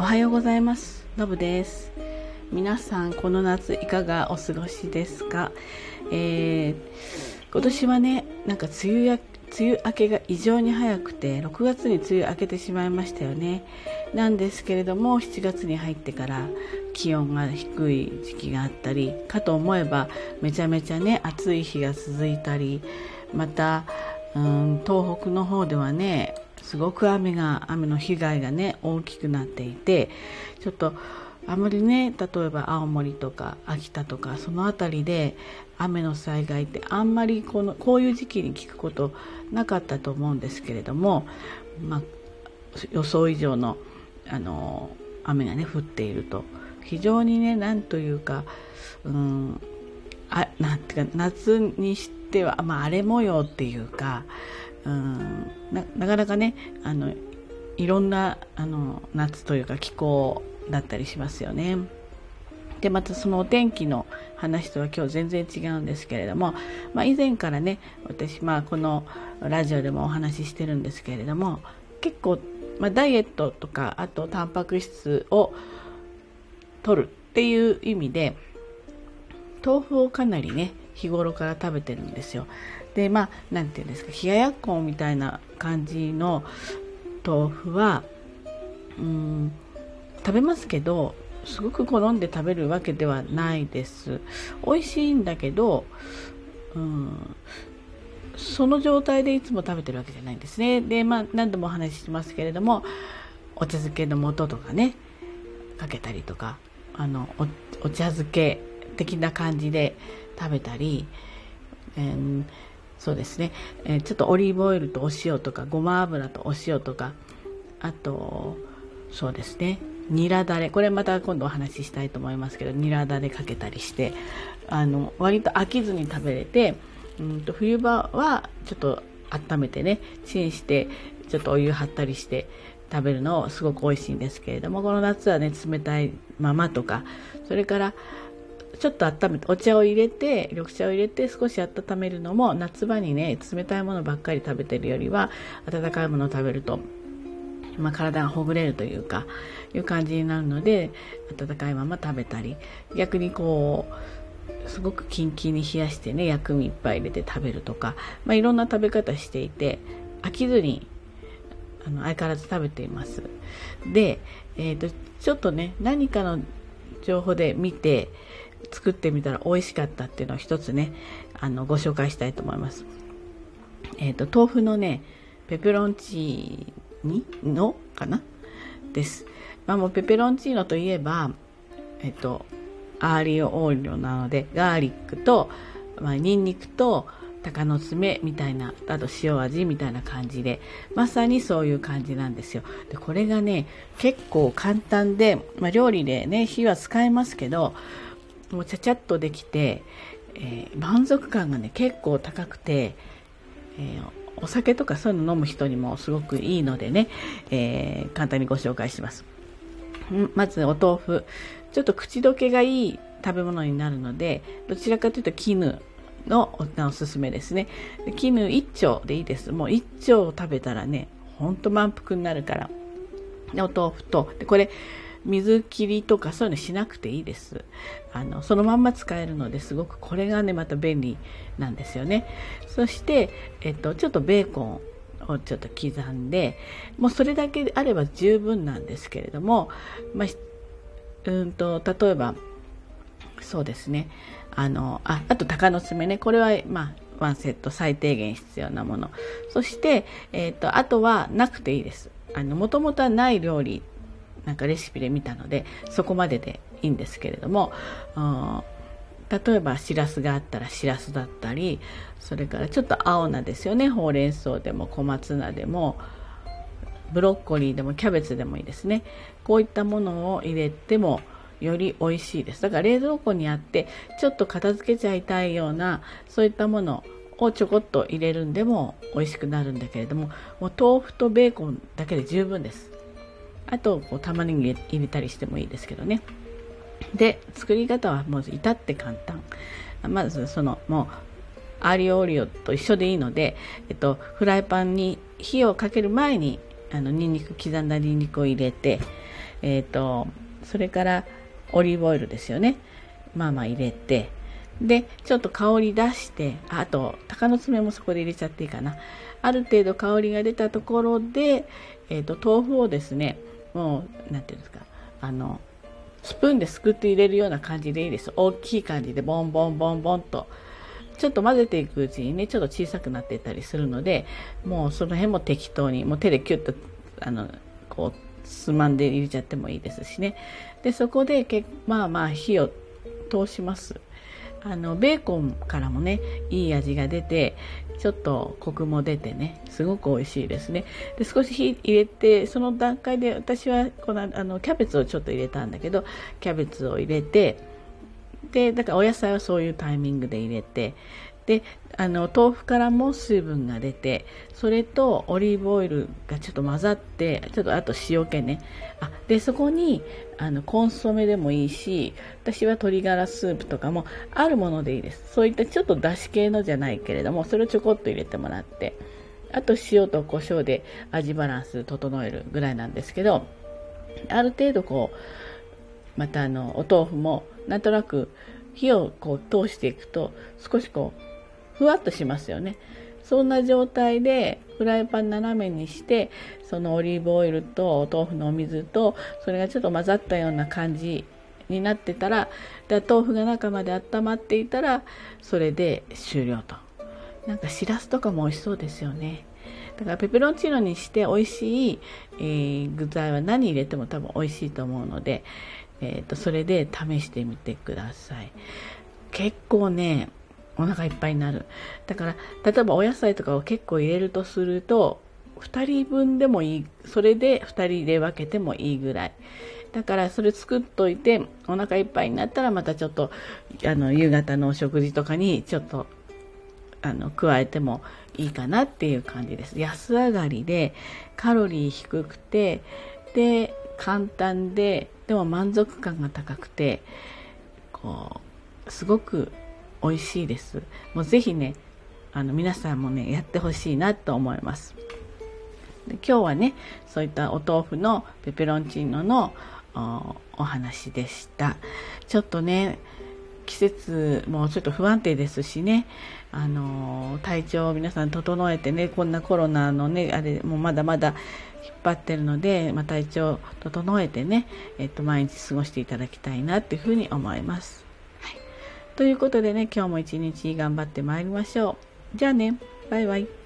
おはようございます。のぶです。皆さんこの夏いかがお過ごしですか？今年はね、なんか梅雨明けが異常に早くて6月に梅雨明けてしまいましたよね。なんですけれども7月に入ってから気温が低い時期があったりかと思えば、めちゃめちゃね暑い日が続いたり、また東北の方ではねすごく雨の被害がね大きくなっていて、ちょっとあまりね、例えば青森とか秋田とかそのあたりで雨の災害ってあんまりこういう時期に聞くことなかったと思うんですけれども、予想以上の雨がね降っていると、非常にねなんというかなんていうか夏にしては荒れ模様っていうか、なかなかねいろんな夏というか気候だったりしますよね。でまたそのお天気の話とは今日全然違うんですけれども、以前からね私このラジオでもお話ししてるんですけれども、結構、ダイエットとかあとタンパク質を取るっていう意味で豆腐をかなりね日頃から食べてるんですよ。でなんていうんですか、冷ややっこみたいな感じの豆腐は食べますけど、すごく好んで食べるわけではないです。美味しいんだけどその状態でいつも食べてるわけじゃないんですね。で何度もお話ししますけれども、お茶漬けの素とかねかけたりとか、お茶漬け的な感じで食べたり、そうですね、ちょっとオリーブオイルとお塩とかごま油とお塩とか、あとそうですねニラだれ、これまた今度お話ししたいと思いますけど、ニラだれかけたりして割と飽きずに食べれて、冬場はちょっと温めてねチンしてちょっとお湯張ったりして食べるのすごく美味しいんですけれども、この夏はね冷たいままとか、それからちょっと温めて緑茶を入れて少し温めるのも、夏場にね冷たいものばっかり食べてるよりは温かいものを食べると、体がほぐれるという感じになるので、温かいまま食べたり、逆にすごくキンキンに冷やしてね薬味いっぱい入れて食べるとか、いろんな食べ方していて飽きずに相変わらず食べています。で、ちょっとね何かの情報で見て作ってみたら美味しかったっていうのを一つねご紹介したいと思います。豆腐のねペペロンチーノかなです。もうペペロンチーノといえばアーリオオーリオなので、ガーリックと、ニンニクと鷹の爪みたいな、あと塩味みたいな感じで、まさにそういう感じなんですよ。でこれがね結構簡単で、料理でね火は使えますけど、もうちゃちゃっとできて、満足感がね結構高くて、お酒とかそういうの飲む人にもすごくいいのでね、簡単にご紹介します。まずお豆腐、ちょっと口どけがいい食べ物になるので、どちらかというと絹のおすすめですね。絹1丁でいいです。もう1丁食べたらねほんと満腹になるから。でお豆腐と、これ水切りとかそういうのしなくていいです。そのまんま使えるので、すごくこれがねまた便利なんですよね。そして、ちょっとベーコンをちょっと刻んで、もうそれだけであれば十分なんですけれども、例えばそうですねあと鷹の爪ね、これはワンセット最低限必要なもの。そして、あとはなくていいです。もともとはない料理なんかレシピで見たのでそこまででいいんですけれども、例えばしらすがあったらしらすだったり、それからちょっと青菜ですよね、ほうれん草でも小松菜でもブロッコリーでもキャベツでもいいですね。こういったものを入れてもより美味しいです。だから冷蔵庫にあってちょっと片付けちゃいたいようなそういったものをちょこっと入れるんでも美味しくなるんだけれども、もう豆腐とベーコンだけで十分です。あと玉ねぎ入れたりしてもいいですけどね。で作り方はもう至って簡単。まずもうアーリオオリオと一緒でいいので、フライパンに火をかける前に刻んだニンニクを入れて、 それからオリーブオイルですよね。まあまあ入れて、でちょっと香り出して、あと鷹の爪もそこで入れちゃっていいかな。ある程度香りが出たところで、豆腐をですね、もうなんていうんですか、スプーンですくって入れるような感じでいいです。大きい感じでボンボンボンボンとちょっと混ぜていくうちにね、ちょっと小さくなっていったりするので、もうその辺も適当に、もう手でキュッとこうつまんで入れちゃってもいいですしね。でそこでまあまあ火を通します。ベーコンからもね、いい味が出て、ちょっとコクも出てね、すごく美味しいですね。で少し火入れて、その段階で私はキャベツをちょっと入れたんだけど、キャベツを入れて、でだからお野菜はそういうタイミングで入れて、で豆腐からも水分が出て、それとオリーブオイルがちょっと混ざって、ちょっとあと塩気ね、でそこにコンソメでもいいし、私は鶏ガラスープとかもあるものでいいです。そういったちょっとだし系のじゃないけれども、それをちょこっと入れてもらって、あと塩と胡椒で味バランス整えるぐらいなんですけど、ある程度こうまたお豆腐もなんとなく火をこう通していくと、少しこうふわっとしますよね。そんな状態でフライパン斜めにして、そのオリーブオイルとお豆腐のお水とそれがちょっと混ざったような感じになってたら、で豆腐が中まで温まっていたら、それで終了と。なんかしらすとかも美味しそうですよね。だからペペロンチーノにして美味しい、具材は何入れても多分美味しいと思うので、それで試してみてください。結構ね、お腹いっぱいになる。だから例えばお野菜とかを結構入れるとすると、2人分でもいい、それで2人で分けてもいいぐらいだから、それ作っといてお腹いっぱいになったら、またちょっと夕方のお食事とかにちょっと加えてもいいかなっていう感じです。安上がりでカロリー低くて、で簡単で、でも満足感が高くて、こうすごく美味しいです。もうぜひね、皆さんもねやってほしいなと思います。で今日はね、そういったお豆腐のペペロンチーノのお話でした。ちょっとね、季節もちょっと不安定ですしね、体調を皆さん整えてね、こんなコロナのね、あれもまだまだ引っ張ってるので、体調を整えてね、毎日過ごしていただきたいなっていうふうに思います。ということでね、今日も一日頑張ってまいりましょう。じゃあね、バイバイ。